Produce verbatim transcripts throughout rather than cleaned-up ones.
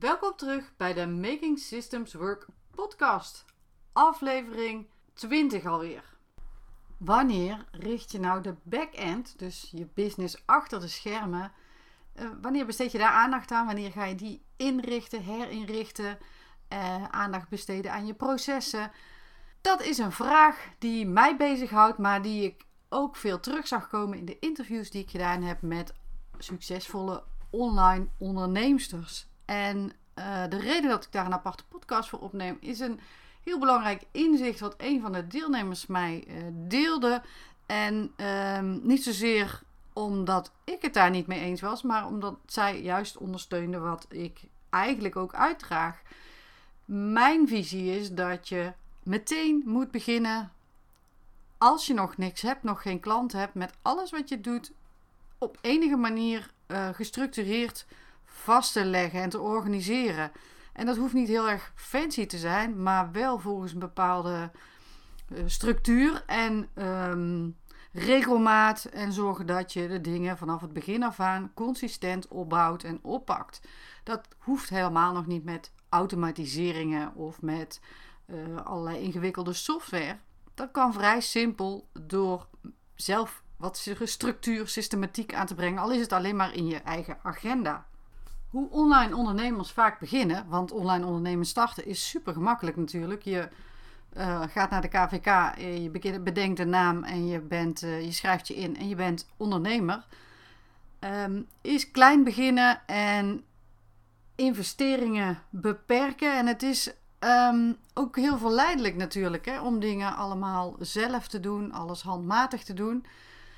Welkom terug bij de Making Systems Work podcast, aflevering twintig alweer. Wanneer richt je nou de back-end, dus je business achter de schermen, uh, wanneer besteed je daar aandacht aan? Wanneer ga je die inrichten, herinrichten, uh, aandacht besteden aan je processen? Dat is een vraag die mij bezighoudt, maar die ik ook veel terug zag komen in de interviews die ik gedaan heb met succesvolle online onderneemsters. En uh, de reden dat ik daar een aparte podcast voor opneem is een heel belangrijk inzicht wat een van de deelnemers mij uh, deelde. En uh, niet zozeer omdat ik het daar niet mee eens was, maar omdat zij juist ondersteunde wat ik eigenlijk ook uitdraag. Mijn visie is dat je meteen moet beginnen, als je nog niks hebt, nog geen klant hebt, met alles wat je doet op enige manier uh, gestructureerd vast te leggen en te organiseren. En dat hoeft niet heel erg fancy te zijn, maar wel volgens een bepaalde uh, structuur en um, regelmaat. En zorgen dat je de dingen vanaf het begin af aan consistent opbouwt en oppakt. Dat hoeft helemaal nog niet met automatiseringen of met uh, allerlei ingewikkelde software. Dat kan vrij simpel door zelf wat structuur, systematiek aan te brengen. Al is het alleen maar in je eigen agenda. Hoe online ondernemers vaak beginnen, want online ondernemen starten is super gemakkelijk natuurlijk. Je uh, gaat naar de K V K, je bedenkt een naam en je, bent, uh, je schrijft je in en je bent ondernemer. Um, is klein beginnen en investeringen beperken. En het is um, ook heel verleidelijk natuurlijk hè, om dingen allemaal zelf te doen, alles handmatig te doen.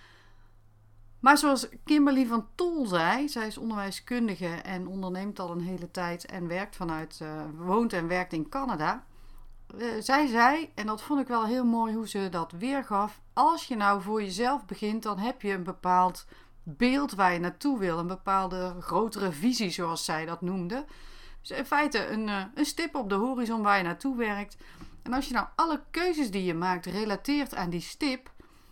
Maar zoals Kimberly van Tol zei, zij is onderwijskundige en onderneemt al een hele tijd en werkt vanuit, uh, woont en werkt in Canada. Uh, zij zei, en dat vond ik wel heel mooi hoe ze dat weergaf, als je nou voor jezelf begint, dan heb je een bepaald beeld waar je naartoe wil, een bepaalde grotere visie zoals zij dat noemde. Dus in feite een, uh, een stip op de horizon waar je naartoe werkt. En als je nou alle keuzes die je maakt relateert aan die stip,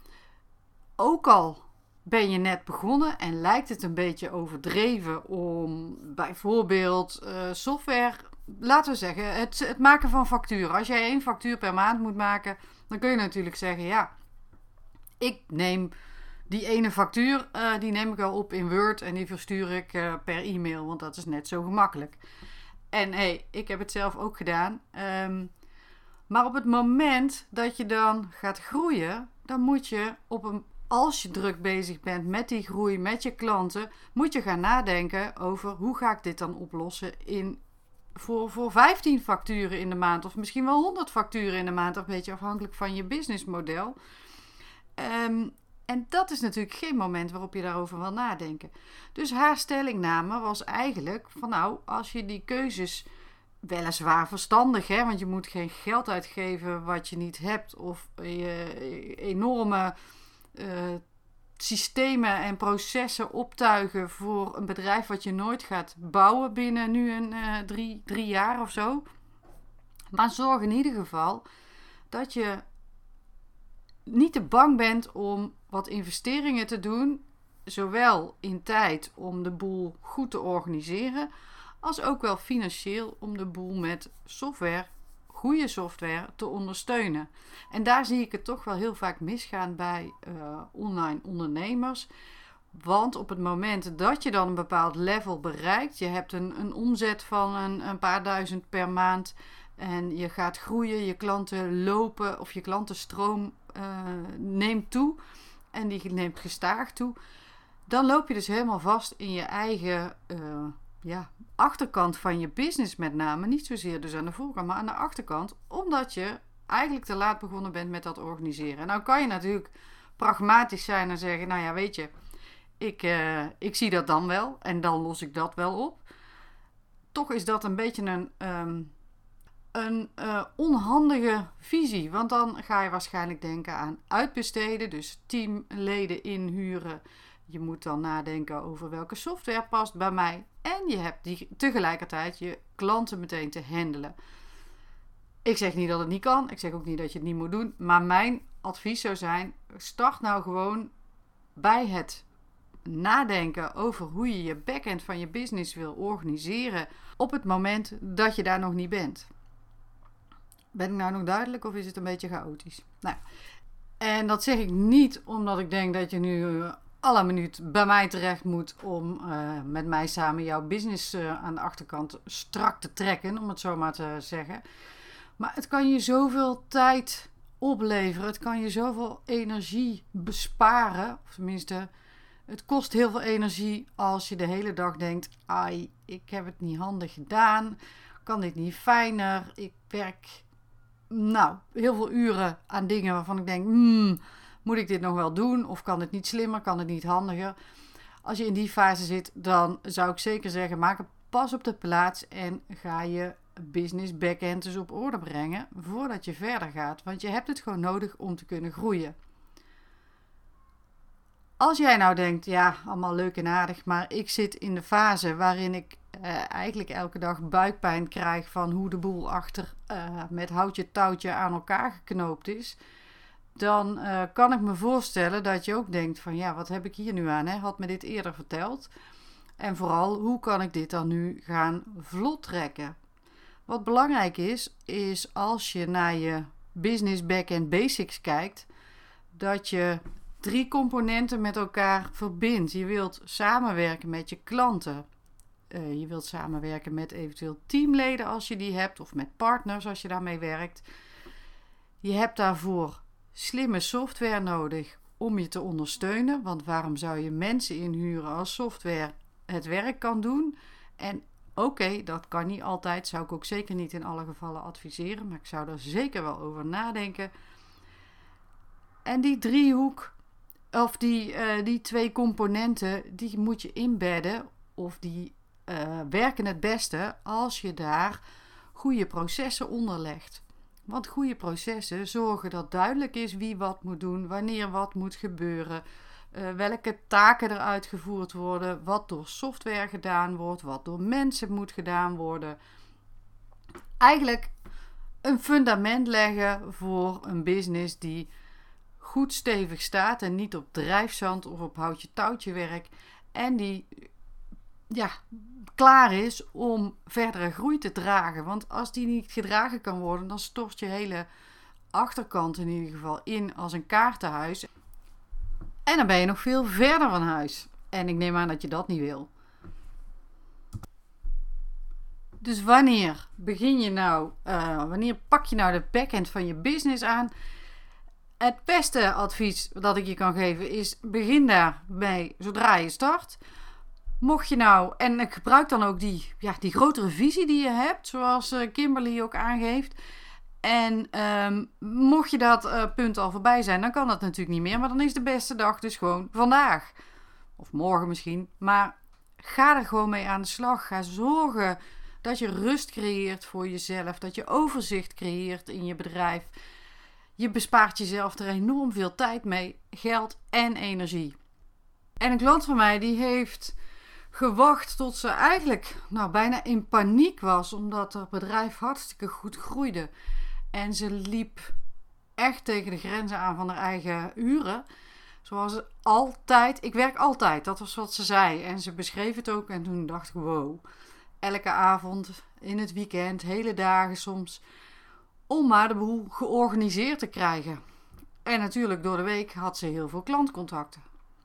ook al ben je net begonnen en lijkt het een beetje overdreven om bijvoorbeeld uh, software, laten we zeggen, het, het maken van facturen. Als jij één factuur per maand moet maken, dan kun je natuurlijk zeggen, ja, ik neem die ene factuur, uh, die neem ik al op in Word en die verstuur ik uh, per e-mail, want dat is net zo gemakkelijk. En hé, hey, ik heb het zelf ook gedaan. Um, maar op het moment dat je dan gaat groeien, dan moet je op een Als je druk bezig bent met die groei, met je klanten, moet je gaan nadenken over hoe ga ik dit dan oplossen in, voor, voor vijftien facturen in de maand of misschien wel honderd facturen in de maand, een beetje afhankelijk van je businessmodel. Um, en dat is natuurlijk geen moment waarop je daarover wil nadenken. Dus haar stellingname was eigenlijk van nou, als je die keuzes weliswaar verstandig, hè, want je moet geen geld uitgeven wat je niet hebt of je enorme Uh, systemen en processen optuigen voor een bedrijf wat je nooit gaat bouwen binnen nu een uh, drie, drie jaar of zo. Maar zorg in ieder geval dat je niet te bang bent om wat investeringen te doen, zowel in tijd om de boel goed te organiseren, als ook wel financieel om de boel met software, goede software te ondersteunen. En daar zie ik het toch wel heel vaak misgaan bij uh, online ondernemers. Want op het moment dat je dan een bepaald level bereikt, je hebt een, een omzet van een, een paar duizend per maand en je gaat groeien, je klanten lopen of je klantenstroom uh, neemt toe en die neemt gestaag toe, dan loop je dus helemaal vast in je eigen uh, ja, achterkant van je business met name. Niet zozeer dus aan de voorkant, maar aan de achterkant. Omdat je eigenlijk te laat begonnen bent met dat organiseren. En nou kan je natuurlijk pragmatisch zijn en zeggen, nou ja, weet je, ik, uh, ik zie dat dan wel en dan los ik dat wel op. Toch is dat een beetje een, um, een uh, onhandige visie. Want dan ga je waarschijnlijk denken aan uitbesteden, dus teamleden inhuren. Je moet dan nadenken over welke software past bij mij. En je hebt die tegelijkertijd je klanten meteen te handelen. Ik zeg niet dat het niet kan. Ik zeg ook niet dat je het niet moet doen. Maar mijn advies zou zijn, start nou gewoon bij het nadenken over hoe je je backend van je business wil organiseren op het moment dat je daar nog niet bent. Ben ik nou nog duidelijk of is het een beetje chaotisch? Nou, en dat zeg ik niet omdat ik denk dat je nu alle minuut bij mij terecht moet om uh, met mij samen jouw business uh, aan de achterkant strak te trekken, om het zo maar te zeggen. Maar het kan je zoveel tijd opleveren. Het kan je zoveel energie besparen. Of tenminste, het kost heel veel energie als je de hele dag denkt, ai, ik heb het niet handig gedaan. Kan dit niet fijner? Ik werk nou heel veel uren aan dingen waarvan ik denk, hmm, moet ik dit nog wel doen? Of kan het niet slimmer? Kan het niet handiger? Als je in die fase zit, dan zou ik zeker zeggen, maak een pas op de plaats en ga je business backend dus op orde brengen voordat je verder gaat. Want je hebt het gewoon nodig om te kunnen groeien. Als jij nou denkt, ja, allemaal leuk en aardig, maar ik zit in de fase waarin ik uh, eigenlijk elke dag buikpijn krijg van hoe de boel achter uh, met houtje touwtje aan elkaar geknoopt is, dan uh, kan ik me voorstellen dat je ook denkt van, ja, wat heb ik hier nu aan? Hè? Had me dit eerder verteld. En vooral, hoe kan ik dit dan nu gaan vlot trekken? Wat belangrijk is, is als je naar je business backend basics kijkt, dat je drie componenten met elkaar verbindt. Je wilt samenwerken met je klanten. Uh, je wilt samenwerken met eventueel teamleden als je die hebt, of met partners als je daarmee werkt. Je hebt daarvoor slimme software nodig om je te ondersteunen. Want waarom zou je mensen inhuren als software het werk kan doen? En oké, okay, dat kan niet altijd. Zou ik ook zeker niet in alle gevallen adviseren. Maar ik zou er zeker wel over nadenken. En die driehoek, of die, uh, die twee componenten, die moet je inbedden. Of die uh, werken het beste als je daar goede processen onder legt. Want goede processen zorgen dat duidelijk is wie wat moet doen, wanneer wat moet gebeuren, uh, welke taken er uitgevoerd worden, wat door software gedaan wordt, wat door mensen moet gedaan worden. Eigenlijk een fundament leggen voor een business die goed stevig staat en niet op drijfzand of op houtje touwtje werkt en die ja, klaar is om verdere groei te dragen. Want als die niet gedragen kan worden, dan stort je hele achterkant in ieder geval in als een kaartenhuis. En dan ben je nog veel verder van huis. En ik neem aan dat je dat niet wil. Dus wanneer begin je nou, uh, wanneer pak je nou de backend van je business aan? Het beste advies dat ik je kan geven is, begin daarmee zodra je start. Mocht je nou, en ik gebruik dan ook die, ja, die grotere visie die je hebt, zoals Kimberly ook aangeeft. En um, mocht je dat uh, punt al voorbij zijn, dan kan dat natuurlijk niet meer. Maar dan is de beste dag dus gewoon vandaag. Of morgen misschien. Maar ga er gewoon mee aan de slag. Ga zorgen dat je rust creëert voor jezelf. Dat je overzicht creëert in je bedrijf. Je bespaart jezelf er enorm veel tijd mee. Geld en energie. En een klant van mij die heeft gewacht tot ze eigenlijk nou, bijna in paniek was. Omdat het bedrijf hartstikke goed groeide. En ze liep echt tegen de grenzen aan van haar eigen uren. Zoals altijd. Ik werk altijd. Dat was wat ze zei. En ze beschreef het ook. En toen dacht ik, wow. Elke avond, in het weekend, hele dagen soms. Om maar de boel georganiseerd te krijgen. En natuurlijk door de week had ze heel veel klantcontacten.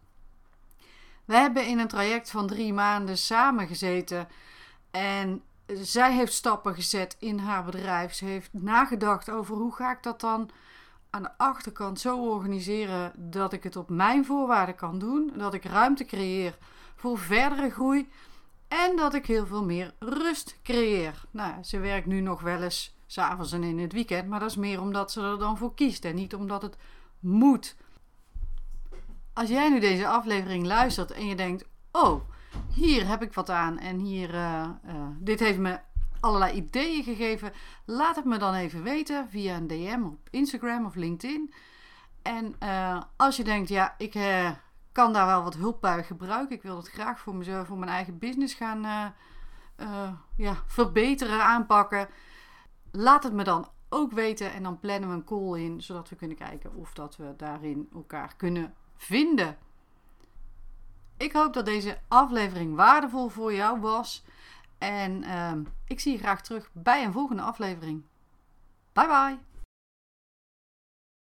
We hebben in een traject van drie maanden samengezeten. En zij heeft stappen gezet in haar bedrijf. Ze heeft nagedacht over hoe ga ik dat dan aan de achterkant zo organiseren dat ik het op mijn voorwaarden kan doen. Dat ik ruimte creëer voor verdere groei. En dat ik heel veel meer rust creëer. Nou, ze werkt nu nog wel eens 's avonds en in het weekend. Maar dat is meer omdat ze er dan voor kiest. En niet omdat het moet. Als jij nu deze aflevering luistert en je denkt, oh, hier heb ik wat aan en hier, uh, uh, dit heeft me allerlei ideeën gegeven. Laat het me dan even weten via een D M op Instagram of LinkedIn. En uh, als je denkt, ja, ik uh, kan daar wel wat hulp bij gebruiken. Ik wil het graag voor mezelf, voor mijn eigen business gaan uh, uh, ja, verbeteren, aanpakken. Laat het me dan ook weten en dan plannen we een call in, zodat we kunnen kijken of dat we daarin elkaar kunnen vinden. Ik hoop dat deze aflevering waardevol voor jou was. En uh, ik zie je graag terug bij een volgende aflevering. Bye bye!